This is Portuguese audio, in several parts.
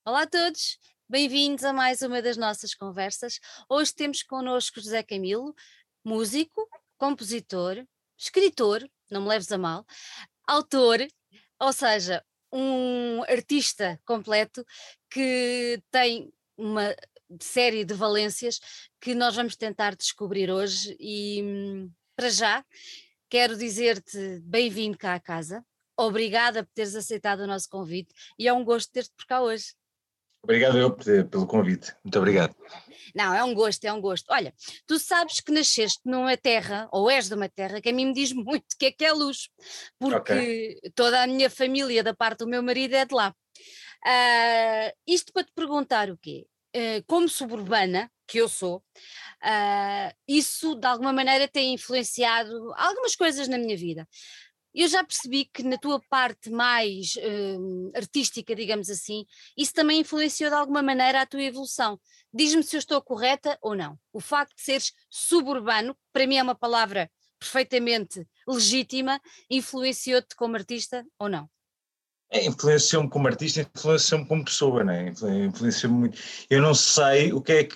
Olá a todos, bem-vindos a mais uma das nossas conversas. Hoje temos connosco José Camilo, músico, compositor, escritor, não me leves a mal, autor, ou seja, um artista completo que tem uma série de valências que nós vamos tentar descobrir hoje e para já quero dizer-te bem-vindo cá à casa. Obrigada por teres aceitado o nosso convite e é um gosto ter-te por cá hoje. Obrigado eu pelo convite. Muito obrigado. Não, é um gosto, é um gosto. Olha, tu sabes que nasceste numa terra, ou és de uma terra, que a mim me diz muito que é Luz, Ok. porque toda a minha família, da parte do meu marido, é de lá. Isto para te perguntar o quê? Como suburbana, que eu sou, isso de alguma maneira tem influenciado algumas coisas na minha vida. Eu já percebi que na tua parte mais artística, digamos assim, isso também influenciou de alguma maneira a tua evolução. Diz-me se eu estou correta ou não. O facto de seres suburbano, para mim é uma palavra perfeitamente legítima, influenciou-te como artista ou não? Influenciou-me como artista, influenciou-me como pessoa, né? Influenciou-me muito. Eu não sei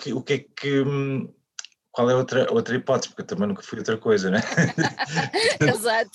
qual é outra hipótese, porque eu também nunca fui outra coisa, né? Exato.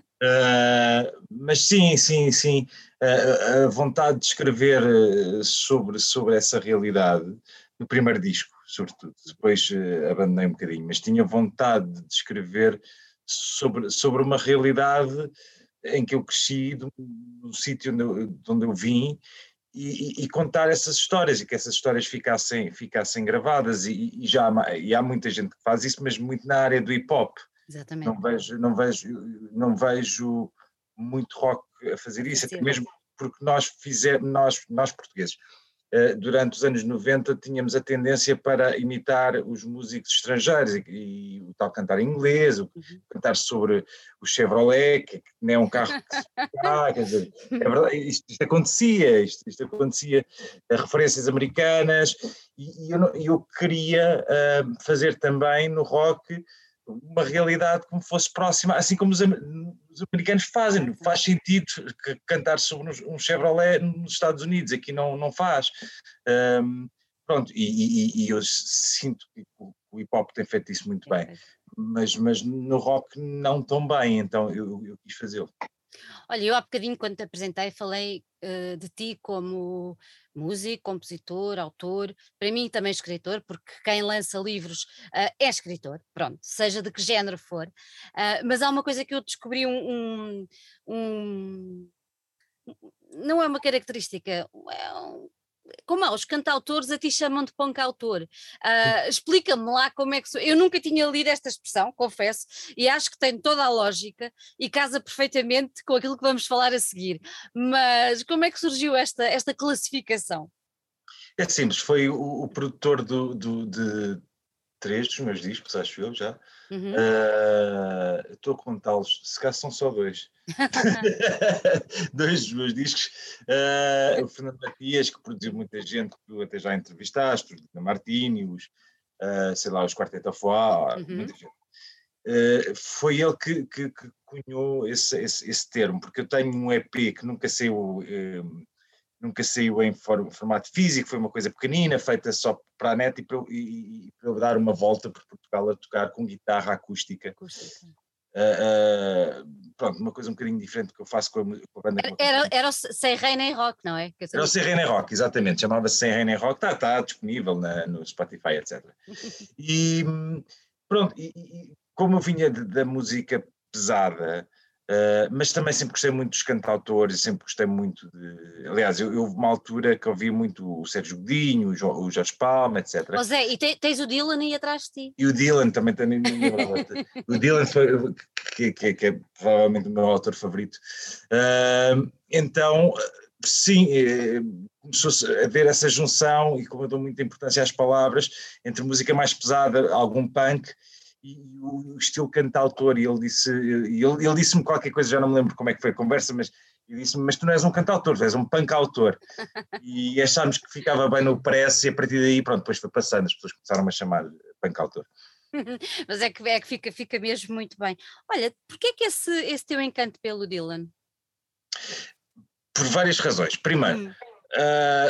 Mas sim, sim, sim. A vontade de escrever sobre essa realidade, no primeiro disco, sobretudo. Depois abandonei um bocadinho, mas tinha vontade de escrever sobre uma realidade em que eu cresci, do sítio de onde eu vim, e contar essas histórias, e que essas histórias ficassem gravadas, e há muita gente que faz isso, mas muito na área do hip hop. Exatamente. Não vejo muito rock a fazer isso, até mesmo porque nós portugueses, durante os anos 90 tínhamos a tendência para imitar os músicos estrangeiros e o tal cantar em inglês, cantar sobre o Chevrolet, que não é um carro que se quer dizer, é verdade, isto acontecia, isto acontecia, referências americanas, eu queria fazer também no rock uma realidade como fosse próxima, assim como os americanos fazem. Faz sentido cantar sobre um Chevrolet nos Estados Unidos, aqui não faz. Pronto, e eu sinto que o hip hop tem feito isso muito bem, mas no rock não tão bem, então eu quis fazê-lo. Olha, eu há bocadinho, quando te apresentei, falei de ti como músico, compositor, autor, para mim também escritor, porque quem lança livros é escritor, pronto, seja de que género for. Mas há uma coisa que eu descobri, um- não é uma característica, como há os cantautores, a ti chamam de pancautor. Explica-me lá como é que sou. Eu nunca tinha lido esta expressão, confesso, e acho que tem toda a lógica e casa perfeitamente com aquilo que vamos falar a seguir. Mas como é que surgiu esta classificação? É simples, foi o produtor de três dos meus discos, acho eu já. Uhum. Estou a contá-los, se calhar são só dois. Dois dos meus discos. O Fernando Matias, que produziu muita gente, que tu até já entrevistaste, os Dina Martini, sei lá, os Quarteto Foix, Uhum. muita gente. Foi ele que cunhou esse termo, porque eu tenho um EP que nunca saiu em formato físico, foi uma coisa pequenina, feita só para a net e para eu dar uma volta por Portugal a tocar com guitarra acústica. Acústica. Pronto, uma coisa um bocadinho diferente que eu faço com a banda que eu Era o Sem Rei Nem Rock, não é? Era o Sem Rei Nem Rock, exatamente, chamava-se Sem Rei Nem Rock, está disponível no Spotify, etc. E pronto, como eu vinha da música pesada, mas também sempre gostei muito dos cantautores, sempre gostei muito de. Aliás, houve uma altura que ouvi muito o Sérgio Godinho, o Jorge Palma, Ó etc. Zé, e tens o Dylan aí atrás de ti. E o Dylan também está na minha brava. O Dylan foi, que é provavelmente o meu autor favorito. Então, sim, começou-se a ver essa junção, e como eu dou muita importância às palavras, entre música mais pesada, algum punk, e o estilo cantautor, e ele disse-me qualquer coisa, já não me lembro como é que foi a conversa, mas ele disse-me, mas tu não és um cantautor, tu és um punk-autor. E achámos que ficava bem no press, e a partir daí, pronto, depois foi passando, as pessoas começaram a chamar punk-autor. Mas é que fica mesmo muito bem. Olha, porquê é que esse teu encanto pelo Dylan? Por várias razões. Primeiro, Hum. uh,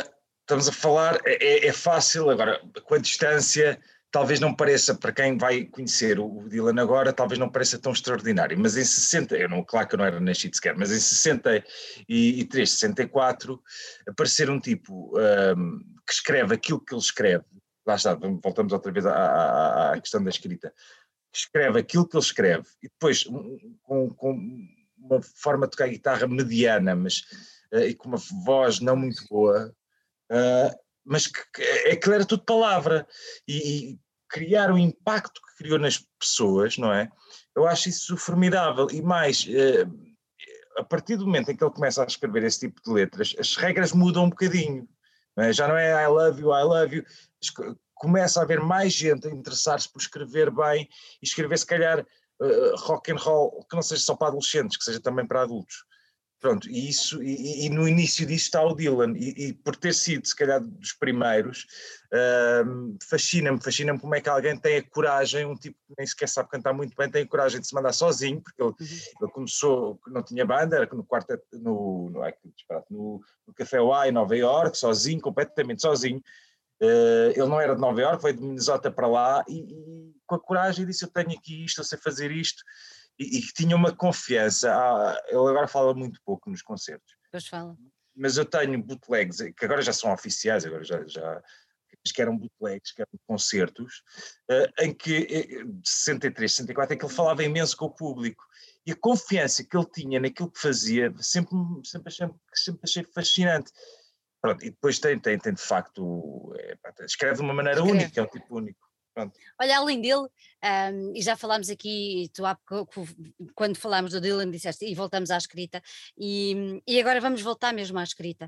estamos a falar, é fácil, agora, com a distância, talvez não pareça, para quem vai conhecer o Dylan agora, talvez não pareça tão extraordinário, mas em 60, claro que eu não era nascido sequer, mas em 63, 64, aparecer um tipo que escreve aquilo que ele escreve, lá está, voltamos outra vez à questão da escrita, que escreve aquilo que ele escreve, e depois com uma forma de tocar guitarra mediana, mas e com uma voz não muito boa, mas que aquilo era tudo palavra, e criar o impacto que criou nas pessoas, não é? Eu acho isso formidável, e mais, a partir do momento em que ele começa a escrever esse tipo de letras, as regras mudam um bocadinho, não é? Já não é I love you, começa a haver mais gente a interessar-se por escrever bem, e escrever se calhar rock and roll, que não seja só para adolescentes, que seja também para adultos. Pronto, e no início disso está o Dylan, e por ter sido, se calhar, dos primeiros, fascina-me como é que alguém tem a coragem, um tipo que nem sequer sabe cantar muito bem, tem a coragem de se mandar sozinho, porque ele começou, não tinha banda, era no quarto, no Café Uá em Nova Iorque, sozinho, completamente sozinho. Ele não era de Nova Iorque, veio de Minnesota para lá, e com a coragem disse, eu tenho aqui isto, eu sei fazer isto, e que tinha uma confiança. Ele agora fala muito pouco nos concertos. Pois fala. Mas eu tenho bootlegs, que agora já são oficiais, agora já que eram bootlegs, que eram concertos, em que, de 63, 64, em que ele falava imenso com o público. E a confiança que ele tinha naquilo que fazia, sempre achei fascinante. Pronto, e depois tem de facto, escreve de uma maneira única, é um tipo único. Pronto. Olha, além dele, e já falámos aqui, quando falámos do Dylan disseste, e voltamos à escrita, e agora vamos voltar mesmo à escrita.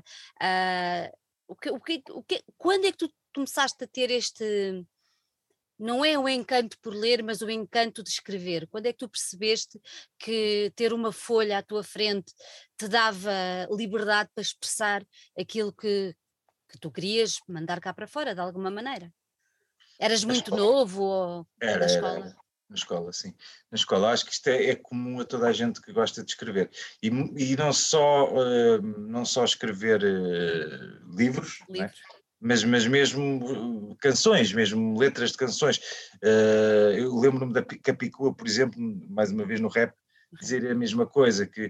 Quando é que tu começaste a ter este, não é o encanto por ler, mas o encanto de escrever? Quando é que tu percebeste que ter uma folha à tua frente te dava liberdade para expressar aquilo que tu querias mandar cá para fora, de alguma maneira? Eras muito novo ou na escola? Era. Na escola, sim. Na escola, acho que isto é comum a toda a gente que gosta de escrever. E não só escrever livros, não é? Mas mesmo canções, mesmo letras de canções. Eu lembro-me da Capicua, por exemplo, mais uma vez no rap, dizer a mesma coisa, que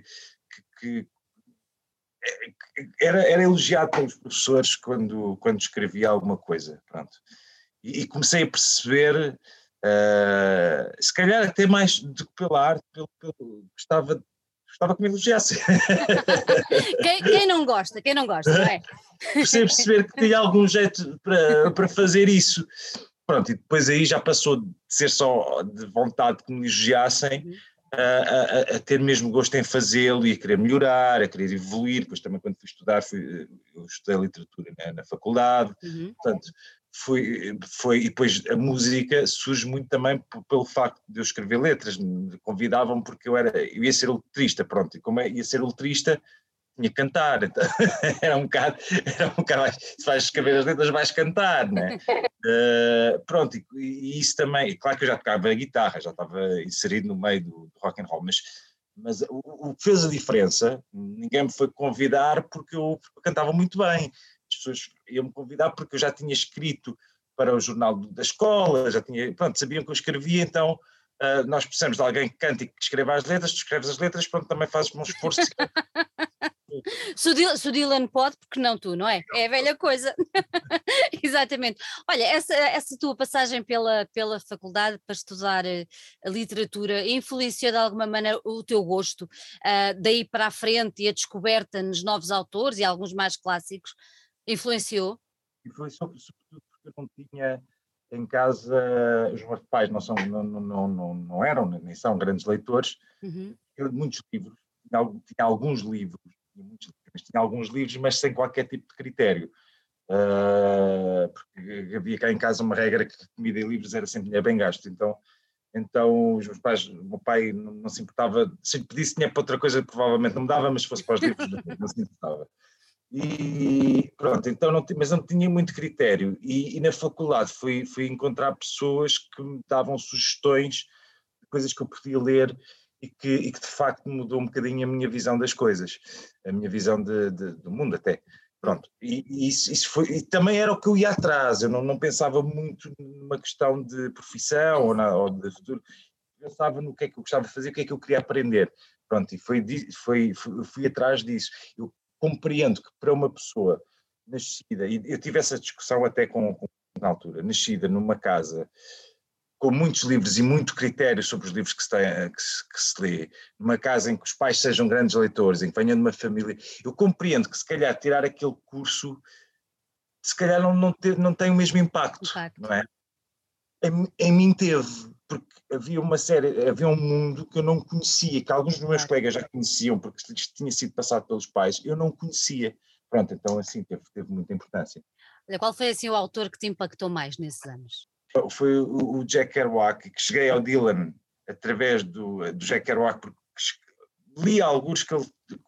era elogiado pelos professores quando escrevia alguma coisa. Pronto. E comecei a perceber, se calhar até mais do que pela arte, gostava que me elogiassem. Quem não gosta, não é? Comecei a perceber que tinha algum jeito para fazer isso. Pronto, e depois aí já passou de ser só de vontade que me elogiassem, a ter mesmo gosto em fazê-lo e a querer melhorar, a querer evoluir. Depois também quando fui estudar, eu estudei literatura na faculdade, portanto, e depois a música surge muito também pelo facto de eu escrever letras, me convidavam porque eu ia ser letrista, pronto, e como ia ser letrista, tinha que cantar, então, era um bocado se vais escrever as letras vais cantar, né? Pronto, e isso também, e claro que eu já tocava a guitarra, já estava inserido no meio do rock and roll, mas o que fez a diferença, ninguém me foi convidar porque eu cantava muito bem, as pessoas iam-me convidar porque eu já tinha escrito para o jornal da escola, sabiam que eu escrevia, então nós precisamos de alguém que cante e que escreva as letras, tu escreves as letras, pronto, também fazes um esforço. Se o Dylan pode, porque não tu, não é? É a velha coisa. Exatamente. Olha, essa tua passagem pela faculdade para estudar a literatura influenciou de alguma maneira o teu gosto, daí para a frente e a descoberta nos novos autores e alguns mais clássicos? Influenciou? Influenciou sobretudo porque eu não tinha em casa, os meus pais não eram, nem são grandes leitores, eu muitos livros, tinha alguns livros, tinha alguns livros, mas sem qualquer tipo de critério. Porque havia cá em casa uma regra que comida e livros era sempre dinheiro bem gasto, então os meus pais, o meu pai não se importava, se lhe pedisse dinheiro para outra coisa provavelmente não me dava, mas se fosse para os livros não se importava. E pronto, então mas não tinha muito critério, e na faculdade fui encontrar pessoas que me davam sugestões de coisas que eu podia ler e que de facto mudou um bocadinho a minha visão das coisas, a minha visão do mundo até. Pronto, e isso foi, e também era o que eu ia atrás, eu não pensava muito numa questão de profissão ou de futuro, pensava no que é que eu gostava de fazer, o que é que eu queria aprender. Pronto, e fui atrás disso. Eu compreendo que para uma pessoa nascida, e eu tive essa discussão até na altura, nascida numa casa com muitos livros e muito critério sobre os livros que se lê, numa casa em que os pais sejam grandes leitores, em que venham de uma família, eu compreendo que se calhar tirar aquele curso, se calhar não tem o mesmo impacto. Não é? Em mim teve, porque havia um mundo que eu não conhecia, que alguns dos meus colegas já conheciam, porque lhes tinha sido passado pelos pais, eu não conhecia. Pronto, então assim teve muita importância. Olha, qual foi assim o autor que te impactou mais nesses anos? Foi o Jack Kerouac, que cheguei ao Dylan através do Jack Kerouac, porque li alguns que ele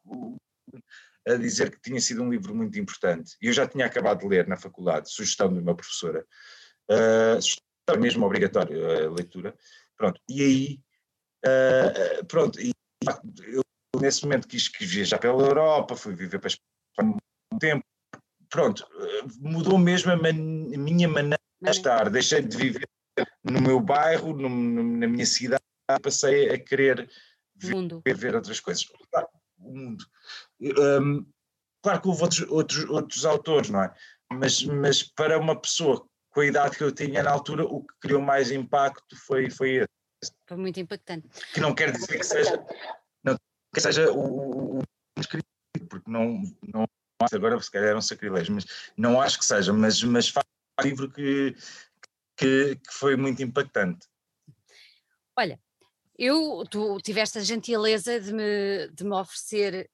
a dizer que tinha sido um livro muito importante. E eu já tinha acabado de ler na faculdade, sugestão de uma professora. Sugestão mesmo obrigatória a leitura. Pronto, e aí, pronto, e eu nesse momento quis viajar pela Europa, fui viver para a Espanha um tempo. Pronto, mudou mesmo a minha maneira de estar. Deixei de viver no meu bairro, na minha cidade, passei a querer ver outras coisas. Claro, o mundo. Claro que houve outros autores, não é? Mas para uma pessoa com a idade que eu tinha na altura, o que criou mais impacto foi esse. Foi muito impactante. Que não quer dizer que seja o escrito, porque não agora se calhar é um sacrilégio, mas não acho que seja, mas faz um livro que foi muito impactante. Olha, tu tiveste a gentileza de me oferecer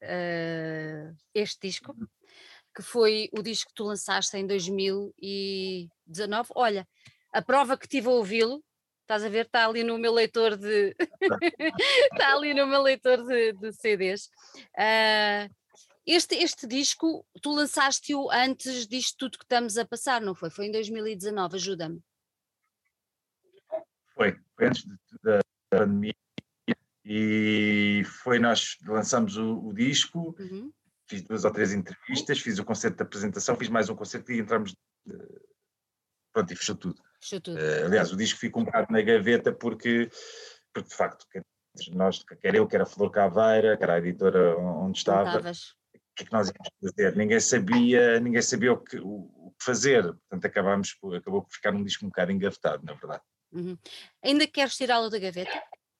este disco, que foi o disco que tu lançaste em 2019. Olha, a prova que tive a ouvi-lo, estás a ver, está ali no meu leitor de está ali no meu leitor de CDs. Este disco, tu lançaste-o antes disto tudo que estamos a passar, não foi? Foi em 2019, ajuda-me. Foi antes da pandemia, e nós lançamos o disco, fiz 2 ou 3 entrevistas, fiz o concerto de apresentação, fiz mais um concerto e entramos, pronto, e fechou tudo. Aliás, o disco ficou um bocado na gaveta porque de facto, nós, quer eu, quer a Flor Caveira, quer a editora onde estava, o que é que nós íamos fazer? Ninguém sabia o que fazer, portanto acabou por ficar um disco um bocado engavetado, na verdade. Ainda queres tirá-lo da gaveta?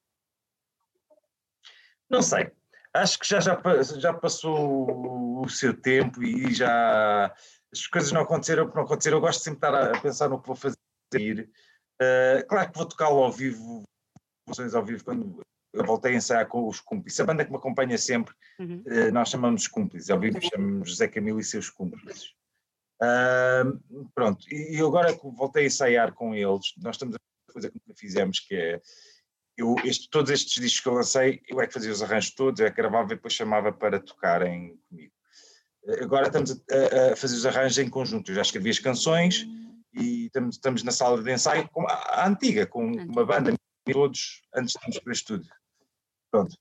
Não sei, acho que já passou o seu tempo e já as coisas não aconteceram porque não aconteceram. Eu gosto sempre de estar a pensar no que vou fazer. Claro que vou tocá-lo ao vivo, funções ao vivo, quando eu voltei a ensaiar com os cúmplices. A banda que me acompanha sempre, nós chamamos cúmplices, ao vivo chamamos José Camilo e seus cúmplices. Pronto, e agora que voltei a ensaiar com eles, nós estamos a fazer uma coisa que nunca fizemos, que é todos estes discos que eu lancei, eu é que fazia os arranjos todos, eu é que gravava e depois chamava para tocarem comigo. Agora estamos a fazer os arranjos em conjunto. Eu já escrevi as canções e estamos na sala de ensaio a antiga, com uma banda todos antes de irmos para o estúdio. Pronto.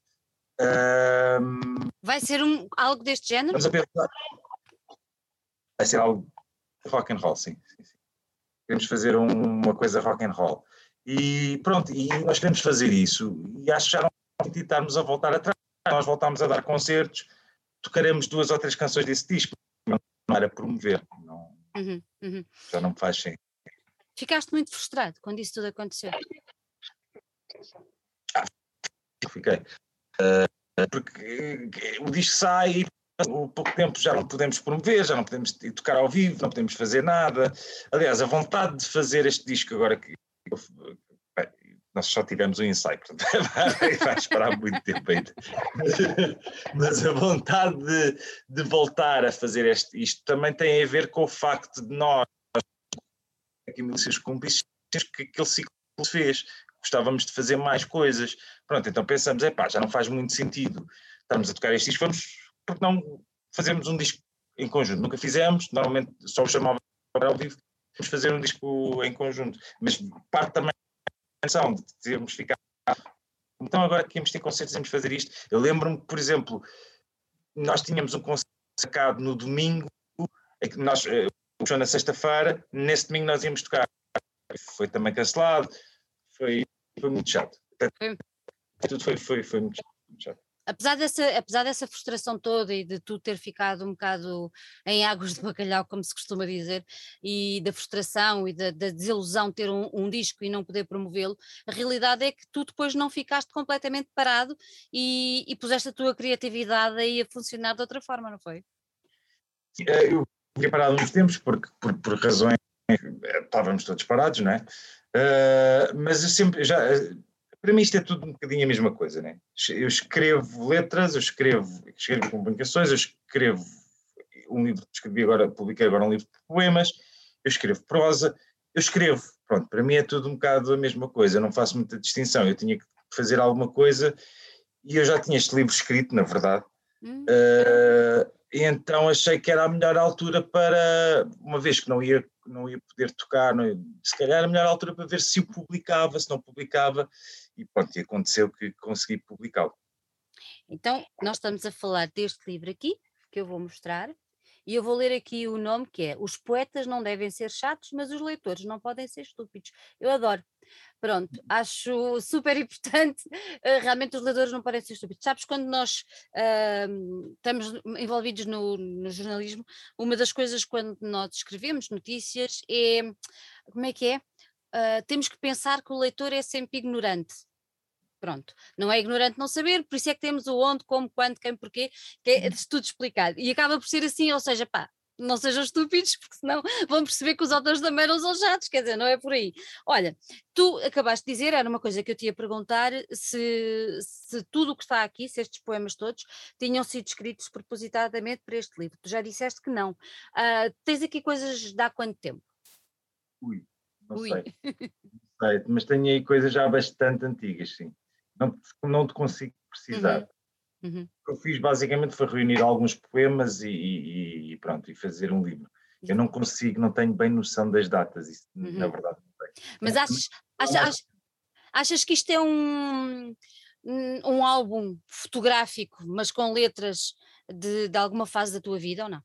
Vai ser algo deste género? Vamos a pensar. Vai ser algo rock and roll, sim. Queremos fazer uma coisa rock and roll. E pronto, e nós queremos fazer isso. E acho que já não é sentido estarmos a voltar atrás. Nós voltámos a dar concertos, tocaremos 2 ou 3 canções desse disco, não era promover. Não, já não me faz sentido. Ficaste muito frustrado quando isso tudo aconteceu? Fiquei. Porque o disco sai e há pouco tempo já não podemos promover, já não podemos tocar ao vivo, não podemos fazer nada. Aliás, a vontade de fazer este disco agora que nós só tivemos um ensaio, portanto vai esperar muito tempo ainda. Mas a vontade de voltar a fazer isto também tem a ver com o facto de nós, aqui nos seus cúmplices, que aquele ciclo se fez. Gostávamos de fazer mais coisas. Pronto, então pensamos, já não faz muito sentido estarmos a tocar este disco, porque não fazemos um disco em conjunto? Nunca fizemos, normalmente só o chamava para ao vivo, vamos fazer um disco em conjunto. Mas parte também da intenção de termos ficado. Então agora que íamos ter concertos, íamos fazer isto. Eu lembro-me, por exemplo, nós tínhamos um concerto sacado no domingo Nós, o show na sexta-feira, nesse domingo nós íamos tocar. Foi também cancelado, foi muito chato. Tudo foi muito chato. Apesar dessa frustração toda e de tu ter ficado um bocado em águas de bacalhau, como se costuma dizer, e da frustração e da desilusão de ter um disco e não poder promovê-lo, a realidade é que tu depois não ficaste completamente parado e puseste a tua criatividade aí a funcionar de outra forma, não foi? Eu fiquei parado uns tempos por razões, estávamos todos parados, não é? Mas eu sempre, para mim isto é tudo um bocadinho a mesma coisa, né? Eu escrevo letras, eu escrevo comunicações, eu escrevo um livro que escrevi agora, publiquei agora um livro de poemas, eu escrevo prosa, eu escrevo, pronto, para mim é tudo um bocado a mesma coisa, eu não faço muita distinção, eu tinha que fazer alguma coisa e eu já tinha este livro escrito, na verdade, e então achei que era a melhor altura para, uma vez que não ia poder tocar, se calhar era a melhor altura para ver se o publicava, se não publicava, e pronto, e aconteceu que consegui publicá-lo. Então, nós estamos a falar deste livro aqui, que eu vou mostrar, e eu vou ler aqui o nome que é Os poetas não devem ser chatos, mas os leitores não podem ser estúpidos. Eu adoro. Pronto, acho super importante, realmente os leitores não podem ser estúpidos. Sabes, quando nós estamos envolvidos no jornalismo, uma das coisas quando nós escrevemos notícias é, como é que é? Temos que pensar que o leitor é sempre ignorante. Pronto, não é ignorante não saber, por isso é que temos o onde, como, quando, quem, porquê, que é tudo explicado. E acaba por ser assim, ou seja, pá, não sejam estúpidos, porque senão vão perceber que os autores também não são chatos, quer dizer, não é por aí. Olha, tu acabaste de dizer, era uma coisa que eu te ia perguntar, se tudo o que está aqui, se estes poemas todos, tinham sido escritos propositadamente para este livro. Tu já disseste que não. Tens aqui coisas de há quanto tempo? Não sei, mas tenho aí coisas já bastante antigas, sim. Não te consigo precisar. Uhum. O que eu fiz basicamente foi reunir alguns poemas e pronto, e fazer um livro. Eu não consigo, não tenho bem noção das datas, isso, na verdade não sei. Mas achas que isto é um álbum fotográfico, mas com letras de alguma fase da tua vida ou não?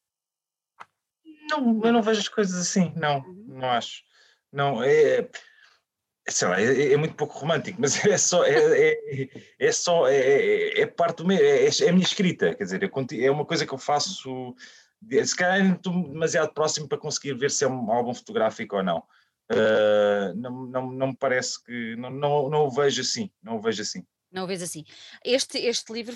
Não, eu não vejo as coisas assim, não acho. Não, sei lá, é muito pouco romântico, mas é parte do meu, é a minha escrita, quer dizer, é uma coisa que eu faço, se calhar não estou demasiado próximo para conseguir ver se é um álbum fotográfico ou não. Não me parece que, não o vejo assim, não o vejo assim. Não o vês assim. Este livro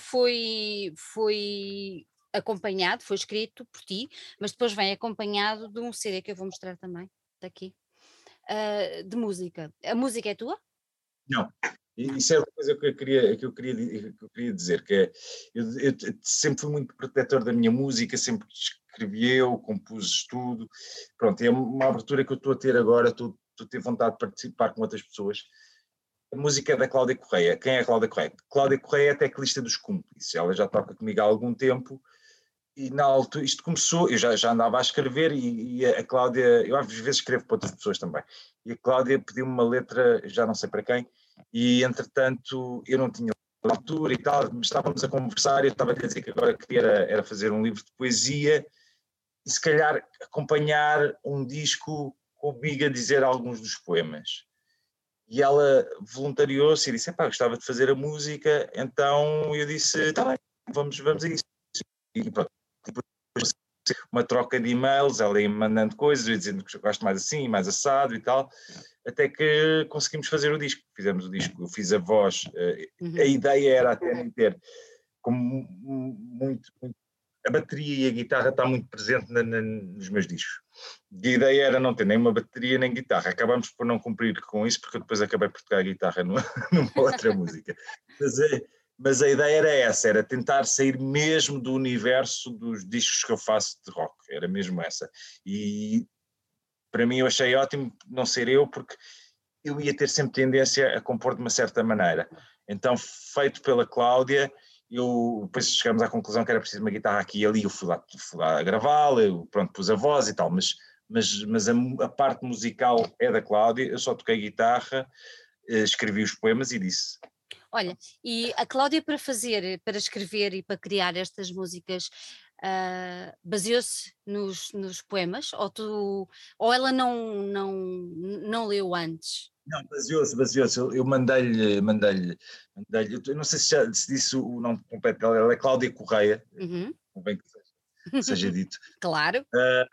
foi acompanhado, foi escrito por ti, mas depois vem acompanhado de um CD que eu vou mostrar também, daqui, de música. A música é tua? Não. Isso é uma coisa que eu queria dizer, que é, eu sempre fui muito protetor da minha música, sempre escrevi eu, compus tudo, pronto, é uma abertura que eu estou a ter agora, estou a ter vontade de participar com outras pessoas. A música é da Cláudia Correia. Quem é a Cláudia Correia? Cláudia Correia é teclista dos Cúmplices, ela já toca comigo há algum tempo, e na altura, isto começou, eu já andava a escrever e a Cláudia, eu às vezes escrevo para outras pessoas também, e a Cláudia pediu-me uma letra, já não sei para quem, e entretanto eu não tinha altura e tal, mas estávamos a conversar e eu estava a dizer que agora queria era fazer um livro de poesia e se calhar acompanhar um disco comigo a dizer alguns dos poemas. E ela voluntariou-se e disse, gostava de fazer a música, então eu disse, está bem, vamos a isso. E pronto, depois uma troca de e-mails, ela ia mandando coisas, eu dizendo que eu gosto mais assim, mais assado e tal, até que conseguimos fazer o disco. Fizemos o disco, eu fiz a voz, a ideia era até nem ter, como muito, a bateria e a guitarra está muito presente nos meus discos. E a ideia era não ter nem uma bateria nem guitarra. Acabamos por não cumprir com isso, porque eu depois acabei por tocar a guitarra numa outra música. Mas a ideia era essa, era tentar sair mesmo do universo dos discos que eu faço de rock, era mesmo essa. E para mim eu achei ótimo não ser eu, porque eu ia ter sempre tendência a compor de uma certa maneira. Então, feito pela Cláudia, depois chegamos à conclusão que era preciso uma guitarra aqui e ali, eu fui lá gravá-la, pronto, pus a voz e tal, mas a parte musical é da Cláudia, eu só toquei guitarra, escrevi os poemas e disse. Olha, e a Cláudia para escrever e para criar estas músicas, baseou-se nos poemas, ou ela não leu antes? Não, baseou-se. Eu eu não sei se disse o nome completo dela, ela é Cláudia Correia, Uhum. convém que seja dito. Claro.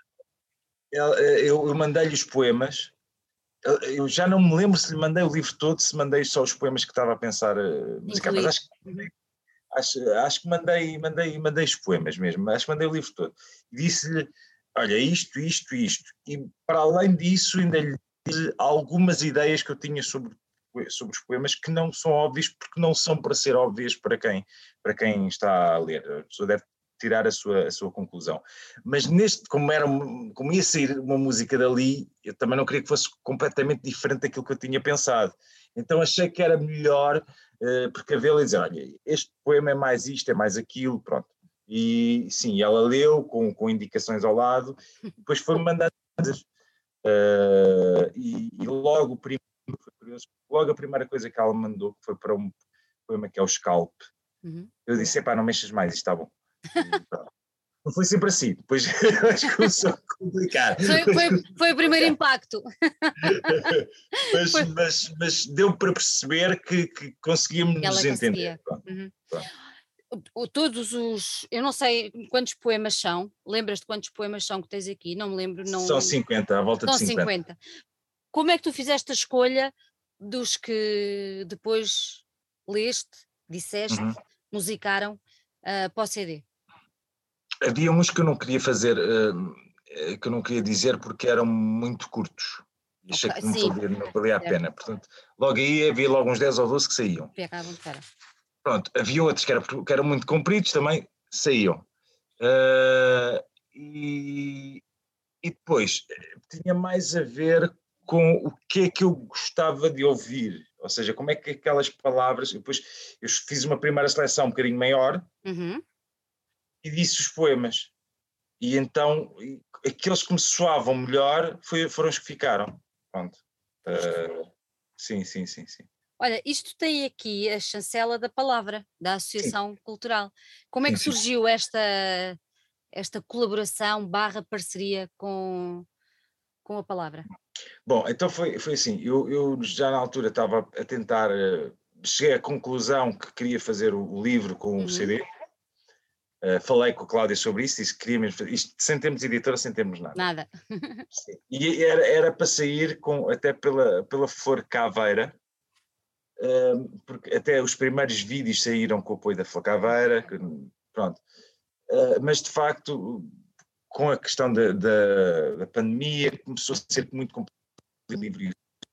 Eu mandei-lhe os poemas, eu já não me lembro se lhe mandei o livro todo, se mandei só os poemas que estava a pensar musicar, mas acho que mandei os poemas mesmo, acho que mandei o livro todo. E disse-lhe, olha, isto, e para além disso ainda lhe disse algumas ideias que eu tinha sobre os poemas que não são óbvias, porque não são para ser óbvias para quem está a ler. A pessoa deve tirar a sua conclusão. Mas como ia sair uma música dali, eu também não queria que fosse completamente diferente daquilo que eu tinha pensado. Então achei que era melhor precavê-la e dizer, olha, este poema é mais isto, é mais aquilo, pronto. E sim, ela leu com indicações ao lado, depois foi-me mandando coisas. E logo, logo a primeira coisa que ela mandou foi para um poema que é o Scalp. Eu disse, epá, não mexas mais, isto está bom. Não foi sempre assim, depois começou a complicar. Foi o primeiro impacto. Mas deu para perceber que conseguíamos nos entender. Eu não sei quantos poemas são, lembras-te quantos poemas são que tens aqui? Não me lembro. Não... São 50, à volta de 50. Como é que tu fizeste a escolha dos que depois leste, disseste, musicaram para o CD? Havia uns que eu não queria fazer, que eu não queria dizer porque eram muito curtos. Achei que não valia a pena. Portanto, logo aí havia logo uns 10 ou 12 que saíam. Pronto, havia outros que eram muito compridos também, saíam. E depois tinha mais a ver com o que é que eu gostava de ouvir. Ou seja, como é que aquelas palavras... Depois eu fiz uma primeira seleção um bocadinho maior e disse os poemas. E então aqueles que me soavam melhor foram os que ficaram. Pronto. Sim. Olha, isto tem aqui a chancela da palavra, da Associação Cultural. Como é que surgiu esta colaboração / parceria com a palavra? Bom, então foi assim, eu já na altura estava a tentar, cheguei à conclusão que queria fazer o livro com o CD, falei com a Cláudia sobre isso, disse que queria mesmo fazer isto sem termos editora, sem termos nada. Nada. Sim. E era para sair até pela Flor Caveira, porque até os primeiros vídeos saíram com o apoio da Flor Caveira, pronto. Mas de facto, com a questão da pandemia, começou a ser muito complicado o livro.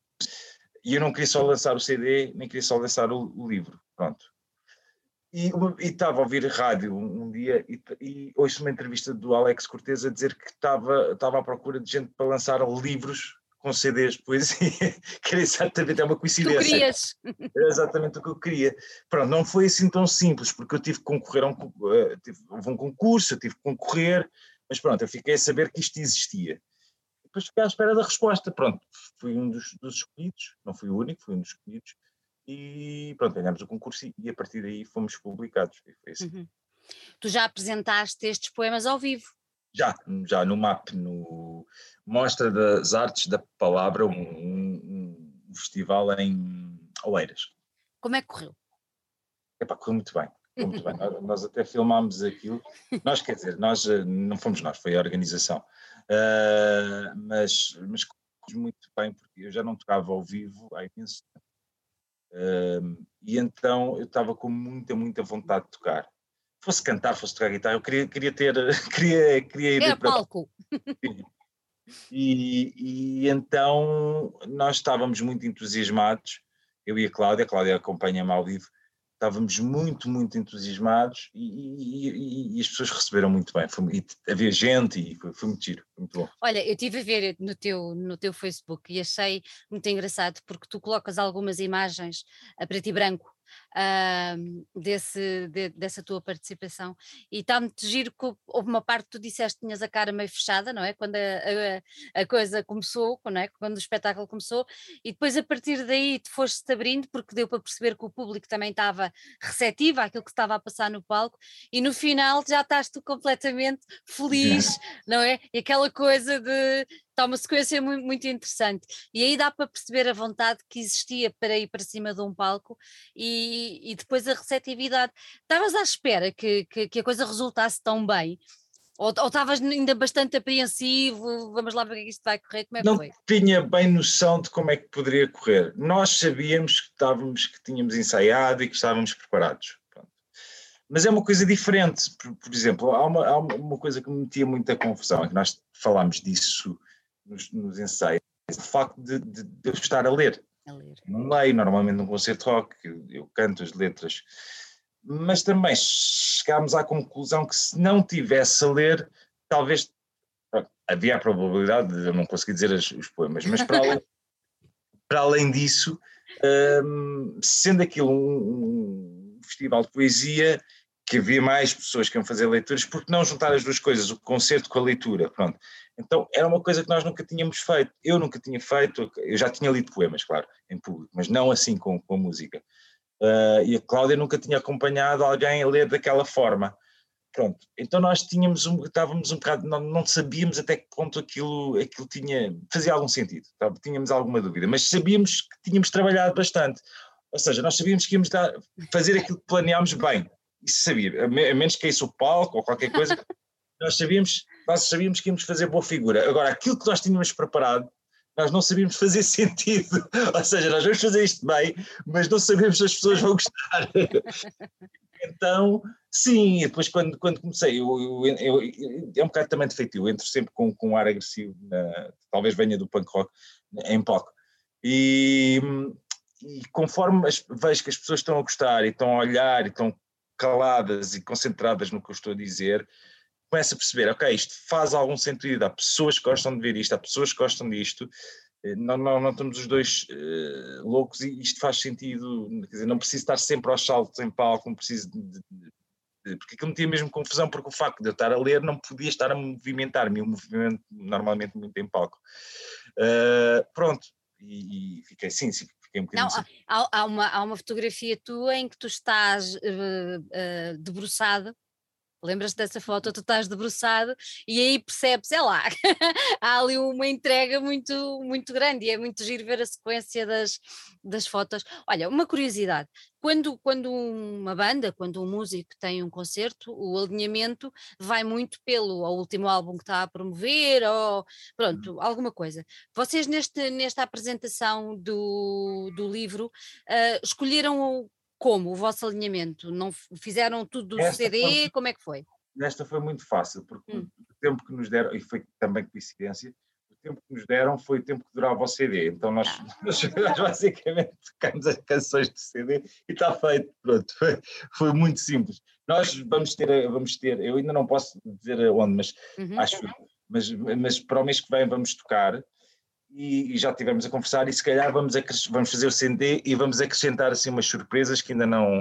E eu não queria só lançar o CD, nem queria só lançar o livro, pronto. E estava a ouvir rádio um dia e ouço uma entrevista do Alex Cortez a dizer que estava à procura de gente para lançar livros com CDs de poesia, que era exatamente, é uma coincidência. Tu querias. Era exatamente o que eu queria. Pronto, não foi assim tão simples, porque eu tive que concorrer houve um concurso, eu tive que concorrer, mas pronto, eu fiquei a saber que isto existia. Depois fiquei à espera da resposta. Pronto, fui um dos escolhidos, não fui o único, fui um dos escolhidos, e pronto, ganhámos o concurso e a partir daí fomos publicados. Foi assim. Tu já apresentaste estes poemas ao vivo? Já no MAP, no Mostra das Artes da Palavra, um festival em Oeiras. Como é que correu? Correu muito bem. Nós até filmámos aquilo. Nós, quer dizer, não fomos nós, foi a organização. Mas muito bem, porque eu já não tocava ao vivo há imenso tempo. E então eu estava com muita vontade de tocar. Fosse cantar, fosse tocar guitarra, eu queria ir para palco. E então nós estávamos muito entusiasmados, eu e a Cláudia acompanha-me ao vivo, estávamos muito entusiasmados e as pessoas receberam muito bem. Havia gente e foi muito giro, foi muito bom. Olha, eu estive a ver no teu Facebook e achei muito engraçado porque tu colocas algumas imagens a preto e branco dessa tua participação, e está muito giro que houve uma parte que tu disseste que tinhas a cara meio fechada, não é? Quando a coisa começou, não é? Quando o espetáculo começou, e depois a partir daí te foste-te abrindo, porque deu para perceber que o público também estava receptivo àquilo que estava a passar no palco, e no final já estás tu completamente feliz, não é? E aquela coisa de... Está uma sequência muito, muito interessante, e aí dá para perceber a vontade que existia para ir para cima de um palco, e depois a receptividade. Estavas à espera que a coisa resultasse tão bem? Ou estavas ainda bastante apreensivo? Vamos lá ver o que é que isto vai correr, como é que Não foi? tinha bem noção de como é que poderia correr. Nós sabíamos que tínhamos ensaiado e que estávamos preparados. Pronto. Mas é uma coisa diferente. Por exemplo, há uma coisa que me metia muita confusão, é que nós falámos disso nos ensaios, o facto de eu estar a ler. Não leio normalmente num concerto rock, eu canto as letras, mas também chegámos à conclusão que se não tivesse a ler, talvez havia a probabilidade de eu não conseguir dizer os poemas, mas para além disso, sendo aquilo um festival de poesia, que havia mais pessoas que iam fazer leituras, porque não juntar as duas coisas, o concerto com a leitura, pronto. Então era uma coisa que nós nunca tínhamos feito, eu nunca tinha feito, eu já tinha lido poemas, claro, em público, mas não assim com a música. E a Cláudia nunca tinha acompanhado alguém a ler daquela forma. Pronto, então nós estávamos um bocado, não sabíamos até que ponto aquilo fazia algum sentido, tínhamos alguma dúvida, mas sabíamos que tínhamos trabalhado bastante, ou seja, nós sabíamos que íamos fazer aquilo que planeámos bem, isso sabia, a menos que caísse o palco ou qualquer coisa, nós sabíamos que íamos fazer boa figura. Agora, aquilo que nós tínhamos preparado, nós não sabíamos fazer sentido, ou seja, nós vamos fazer isto bem, mas não sabemos se as pessoas vão gostar. Então, sim, depois quando comecei, é um bocado também defeitivo, eu entro sempre com um ar agressivo, talvez venha do punk rock, em palco. E conforme vejo que as pessoas estão a gostar e estão a olhar e estão caladas e concentradas no que eu estou a dizer, começo a perceber, ok, isto faz algum sentido, há pessoas que gostam de ver isto, há pessoas que gostam disto, não estamos os dois loucos e isto faz sentido, quer dizer, não preciso estar sempre aos saltos em palco, não preciso porque aquilo me tinha mesmo confusão, porque o facto de eu estar a ler não podia estar a movimentar-me, eu movimento normalmente muito em palco. Pronto, e fiquei sim, fiquei um bocadinho... Não, há uma fotografia tua em que tu estás debruçado. Lembras-te dessa foto? Tu estás debruçado e aí percebes, é lá, há ali uma entrega muito, muito grande, e é muito giro ver a sequência das fotos. Olha, uma curiosidade, quando uma banda, quando um músico tem um concerto, o alinhamento vai muito ao último álbum que está a promover, ou pronto, alguma coisa. Vocês nesta apresentação do livro escolheram como o vosso alinhamento? Não fizeram tudo do CD? Como é que foi? Esta foi muito fácil, porque o tempo que nos deram, e foi também coincidência, o tempo que nos deram foi o tempo que durava o CD, então nós basicamente tocamos as canções do CD e está feito, pronto, foi muito simples. Nós vamos ter, eu ainda não posso dizer onde, mas acho, mas para o mês que vem vamos tocar, e já estivemos a conversar, e se calhar vamos fazer o CD e vamos acrescentar assim umas surpresas que ainda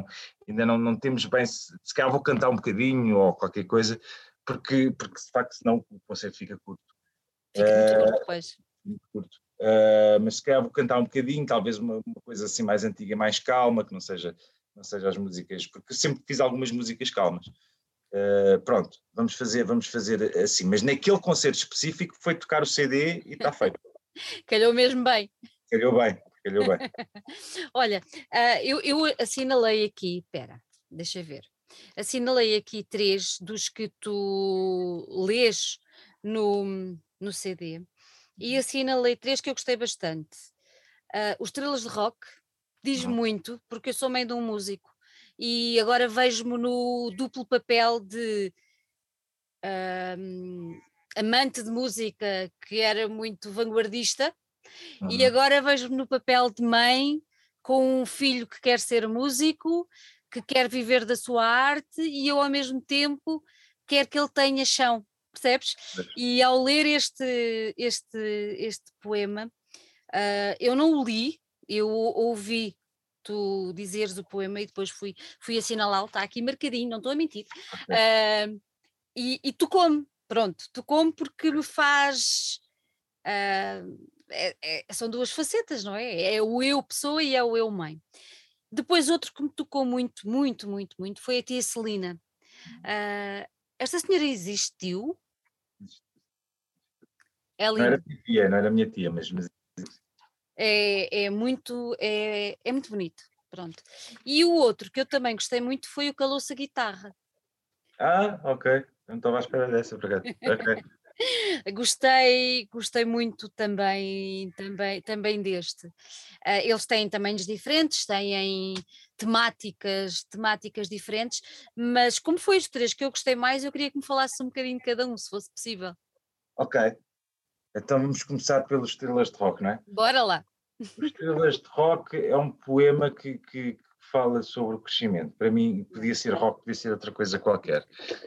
não temos bem, se calhar vou cantar um bocadinho ou qualquer coisa, porque de facto senão o concerto fica curto. Fica muito curto depois. Muito curto. Mas se calhar vou cantar um bocadinho, talvez uma coisa assim mais antiga, mais calma, que não seja as músicas, porque eu sempre fiz algumas músicas calmas. Pronto, vamos fazer assim, mas naquele concerto específico foi tocar o CD e está feito. Calhou mesmo bem. Calhou bem. Olha, eu assinalei aqui, deixa ver, assinalei aqui 3 dos que tu lês no CD, e assinalei 3 que eu gostei bastante. Os Estrelas de Rock diz muito, porque eu sou mãe de um músico, e agora vejo-me no duplo papel de amante de música, que era muito vanguardista, e agora vejo-me no papel de mãe com um filho que quer ser músico, que quer viver da sua arte, e eu ao mesmo tempo quero que ele tenha chão, percebes? E ao ler este poema, eu não o li, eu ouvi tu dizeres o poema e depois fui assinalá-lo, está aqui marcadinho, não estou a mentir. E tocou-me, pronto, tocou-me porque me faz. São duas facetas, não é? É o eu pessoa e é o eu mãe. Depois, outro que me tocou muito, muito, muito, muito foi a tia Celina. Esta senhora existiu? É Não era linda. minha tia, não era minha tia, mas... É muito bonito. Pronto. E o outro que eu também gostei muito foi o Calou-se a Guitarra. Ok. Não estava à espera dessa, por acaso. Ok. Gostei muito também deste. Eles têm tamanhos diferentes, têm temáticas diferentes, mas como foi os três que eu gostei mais, eu queria que me falasse um bocadinho de cada um, se fosse possível. Ok. Então vamos começar pelos Estrelas de Rock, não é? Bora lá. Os Estrelas de Rock é um poema que fala sobre o crescimento. Para mim, podia ser rock, podia ser outra coisa qualquer.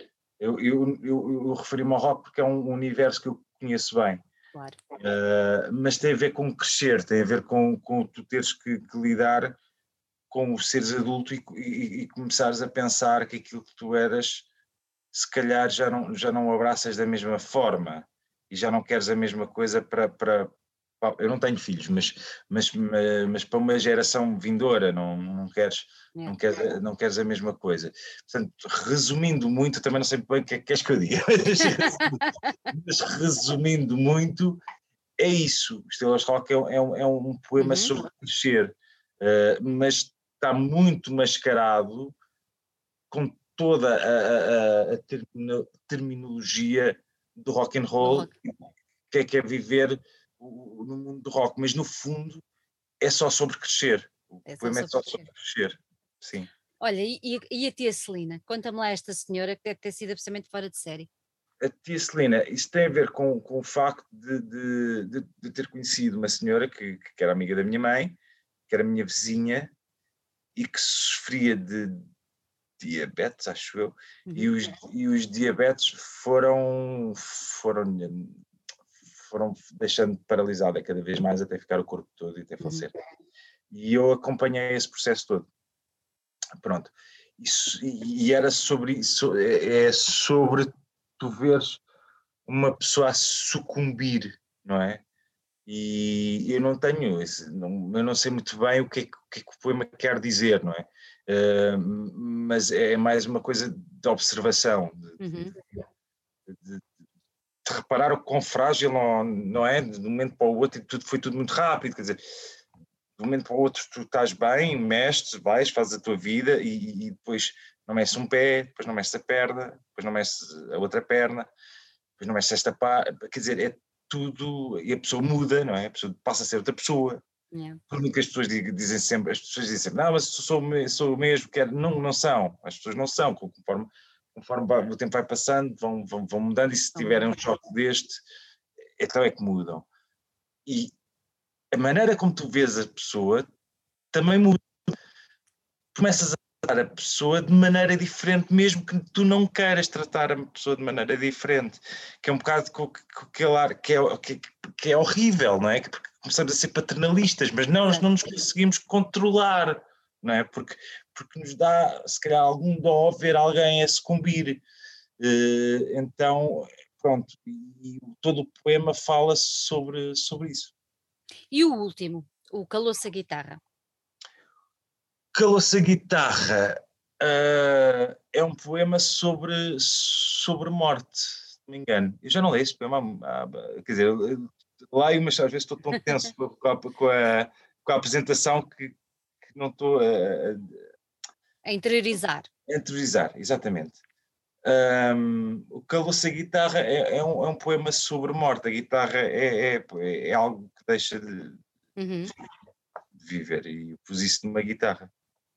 Eu referi-me ao rock porque é um universo que eu conheço bem. Claro. Mas tem a ver com crescer, tem a ver com tu teres que lidar com os seres adulto e começares a pensar que aquilo que tu eras, se calhar já não abraças da mesma forma e já não queres a mesma coisa para eu não tenho filhos, mas para uma geração vindoura não queres, não queres a mesma coisa. Portanto, resumindo muito, também não sei bem o que é que queres que eu diga, mas resumindo muito, é isso. Estrelas Rock é um poema sobre crescer, mas está muito mascarado com toda a terminologia do rock and roll, que é viver no mundo do rock, mas no fundo é só sobre crescer. O poema é só sobre crescer. Sim. Olha, e a tia Celina? Conta-me lá esta senhora que deve ter sido absolutamente fora de série. A tia Celina, isso tem a ver com o facto de ter conhecido uma senhora que era amiga da minha mãe, que era minha vizinha e que sofria de diabetes, acho eu, e os diabetes foram deixando paralisada cada vez mais até ficar o corpo todo e até falecer. E eu acompanhei esse processo todo. Pronto. E era sobre isso, é sobre tu veres uma pessoa a sucumbir, não é? E eu não tenho, eu não sei muito bem o que é que o poema quer dizer, não é? Mas é mais uma coisa de observação, de reparar o quão frágil, não é? De um momento para o outro, e foi tudo muito rápido, quer dizer, de um momento para o outro tu estás bem, mexes, vais, fazes a tua vida e depois não mexes um pé, depois não mexes a perna, depois não mexes a outra perna, depois não mexes esta parte, quer dizer, é tudo, e a pessoa muda, não é? A pessoa passa a ser outra pessoa. Por muito que as pessoas dizem sempre, não, mas sou o mesmo, não são, as pessoas não são, conforme o tempo vai passando, vão mudando, e se tiverem um choque deste, então é que mudam. E a maneira como tu vês a pessoa também muda. Começas a tratar a pessoa de maneira diferente, mesmo que tu não queiras tratar a pessoa de maneira diferente, que é um bocado com aquele ar que é horrível, não é? Porque começamos a ser paternalistas, mas nós não nos conseguimos controlar, não é? Porque nos dá, se calhar, algum dó ver alguém a sucumbir. Então, pronto, e todo o poema fala sobre isso. E o último, o Calou-se a Guitarra? Calou-se a Guitarra é um poema sobre morte, se não me engano. Eu já não leio esse poema, quer dizer, leio, mas às vezes estou tão tenso com a apresentação que não estou a interiorizar. A interiorizar, exatamente. O Calou-se a Guitarra é um poema sobre morte. A guitarra é algo que deixa de viver, e eu pus isso numa guitarra.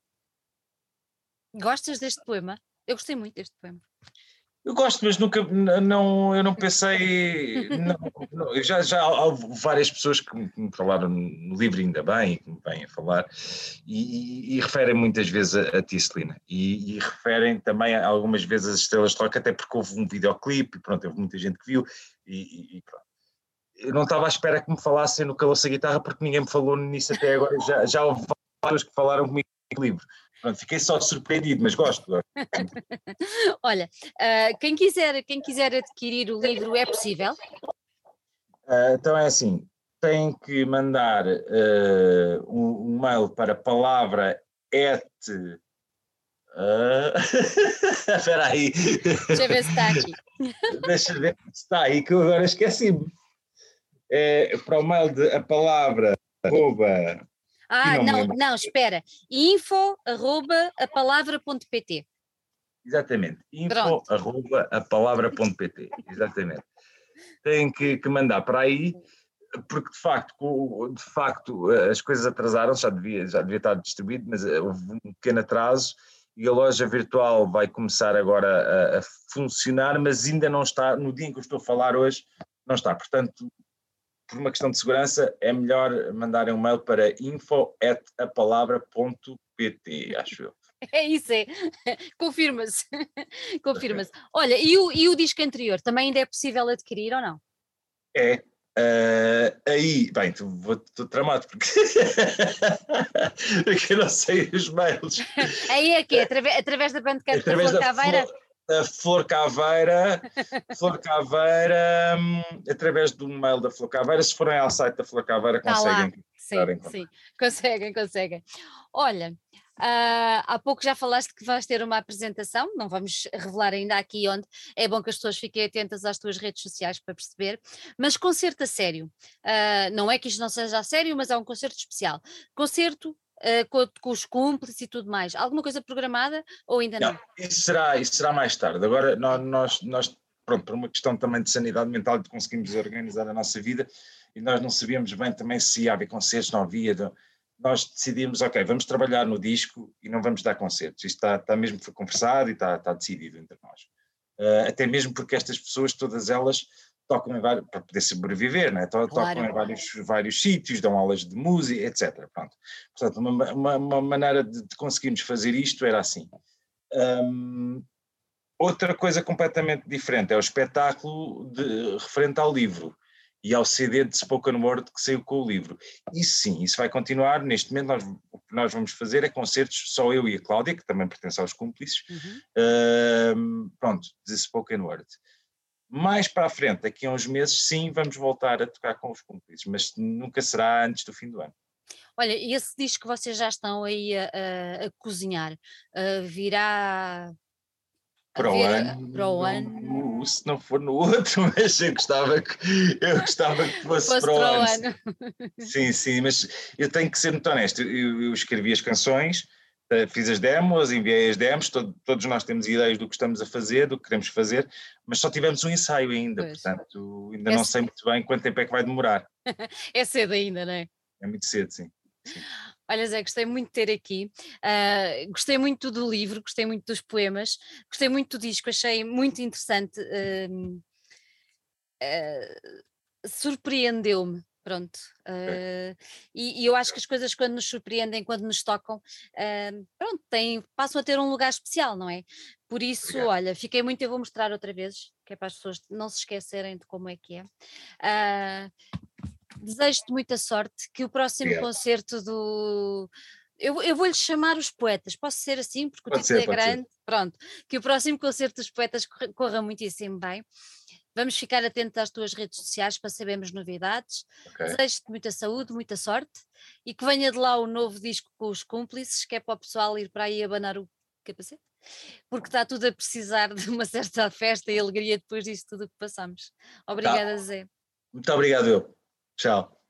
Gostas deste poema? Eu gostei muito deste poema. Eu gosto, mas nunca, eu não pensei, já há várias pessoas que me falaram no livro, ainda bem, que me vêm a falar, e referem muitas vezes a tia Celina, e referem também algumas vezes as Estrelas de Rock, até porque houve um videoclipe, e pronto, houve muita gente que viu, e pronto. Eu não estava à espera que me falassem no Calou-se a Guitarra, porque ninguém me falou nisso até agora, já houve pessoas que falaram comigo no livro. Pronto, fiquei só surpreendido, mas gosto. Olha, quem quiser adquirir o livro é possível? Então é assim, tem que mandar um mail para palavra espera aí. Deixa eu ver se está aqui. Deixa ver se está aí, que eu agora esqueci-me. Para o mail de a palavra arroba. Não, espera. info@apalavra.pt. Exatamente. info@apalavra.pt. Exatamente. Tem que mandar para aí, porque de facto as coisas atrasaram, já devia estar distribuído, mas houve um pequeno atraso e a loja virtual vai começar agora a funcionar, mas ainda não está, no dia em que eu estou a falar hoje, não está. Portanto, por uma questão de segurança, é melhor mandarem um mail para info@apalavra.pt, acho eu. É isso, confirma-se. Confirma-se. Olha, e o disco anterior, também ainda é possível adquirir ou não? É. Aí, bem, estou tramado porque eu não sei os mails. Aí é que através da Bandcamp da Flor Caveira? Da Flor Caveira, através do mail da Flor Caveira, se forem ao site da Flor Caveira conseguem. Sim, conseguem. Olha, há pouco já falaste que vais ter uma apresentação, não vamos revelar ainda aqui onde, é bom que as pessoas fiquem atentas às tuas redes sociais para perceber, mas concerto a sério, não é que isto não seja a sério, mas é um concerto especial, concerto com os cúmplices e tudo mais, alguma coisa programada ou ainda não? Isso será mais tarde, agora nós pronto, por uma questão também de sanidade mental, de conseguirmos organizar a nossa vida, e nós não sabíamos bem também se ia haver concertos, não havia. Nós decidimos, ok, vamos trabalhar no disco e não vamos dar concertos. Isto está mesmo foi conversado e está decidido entre nós. Até mesmo porque estas pessoas, todas elas, tocam para poder sobreviver, né? Tocam em vários sítios, dão aulas de música, etc. Pronto. Portanto, uma maneira de conseguirmos fazer isto era assim. Outra coisa completamente diferente é o espetáculo referente ao livro e ao CD de Spoken Word que saiu com o livro. Isso sim, isso vai continuar. Neste momento o que nós vamos fazer é concertos, só eu e a Cláudia, que também pertence aos cúmplices, pronto, de Spoken Word. Mais para a frente, daqui a uns meses, sim, vamos voltar a tocar com os cúmplices, mas nunca será antes do fim do ano. Olha, e esse disco que vocês já estão aí a cozinhar, virá Para o ano, se não for no outro, mas eu gostava que fosse para o ano. Sim, mas eu tenho que ser muito honesto, eu escrevi as canções, fiz as demos, enviei as demos, todos nós temos ideias do que estamos a fazer, do que queremos fazer, mas só tivemos um ensaio ainda, portanto ainda não sei muito bem quanto tempo é que vai demorar. É cedo ainda, não é? É muito cedo, sim. Olha Zé, gostei muito de ter aqui, gostei muito do livro, gostei muito dos poemas, gostei muito do disco, achei muito interessante, surpreendeu-me, pronto, e eu acho que as coisas quando nos surpreendem, quando nos tocam, pronto, passam a ter um lugar especial, não é? Por isso, Obrigado. olha, fiquei muito, eu vou mostrar outra vez, que é para as pessoas não se esquecerem de como é que é. Desejo-te muita sorte, que o próximo concerto do... Eu vou-lhe chamar os poetas, posso ser assim, porque o título é grande, pronto, que o próximo concerto dos poetas corra muitíssimo bem. Vamos ficar atentos às tuas redes sociais para sabermos novidades. Desejo-te muita saúde, muita sorte e que venha de lá o novo disco com os cúmplices, que é para o pessoal ir para aí abanar o capacete, porque está tudo a precisar de uma certa festa e alegria depois disto tudo que passamos. Obrigada, Zé. Muito obrigado, eu. Tchau.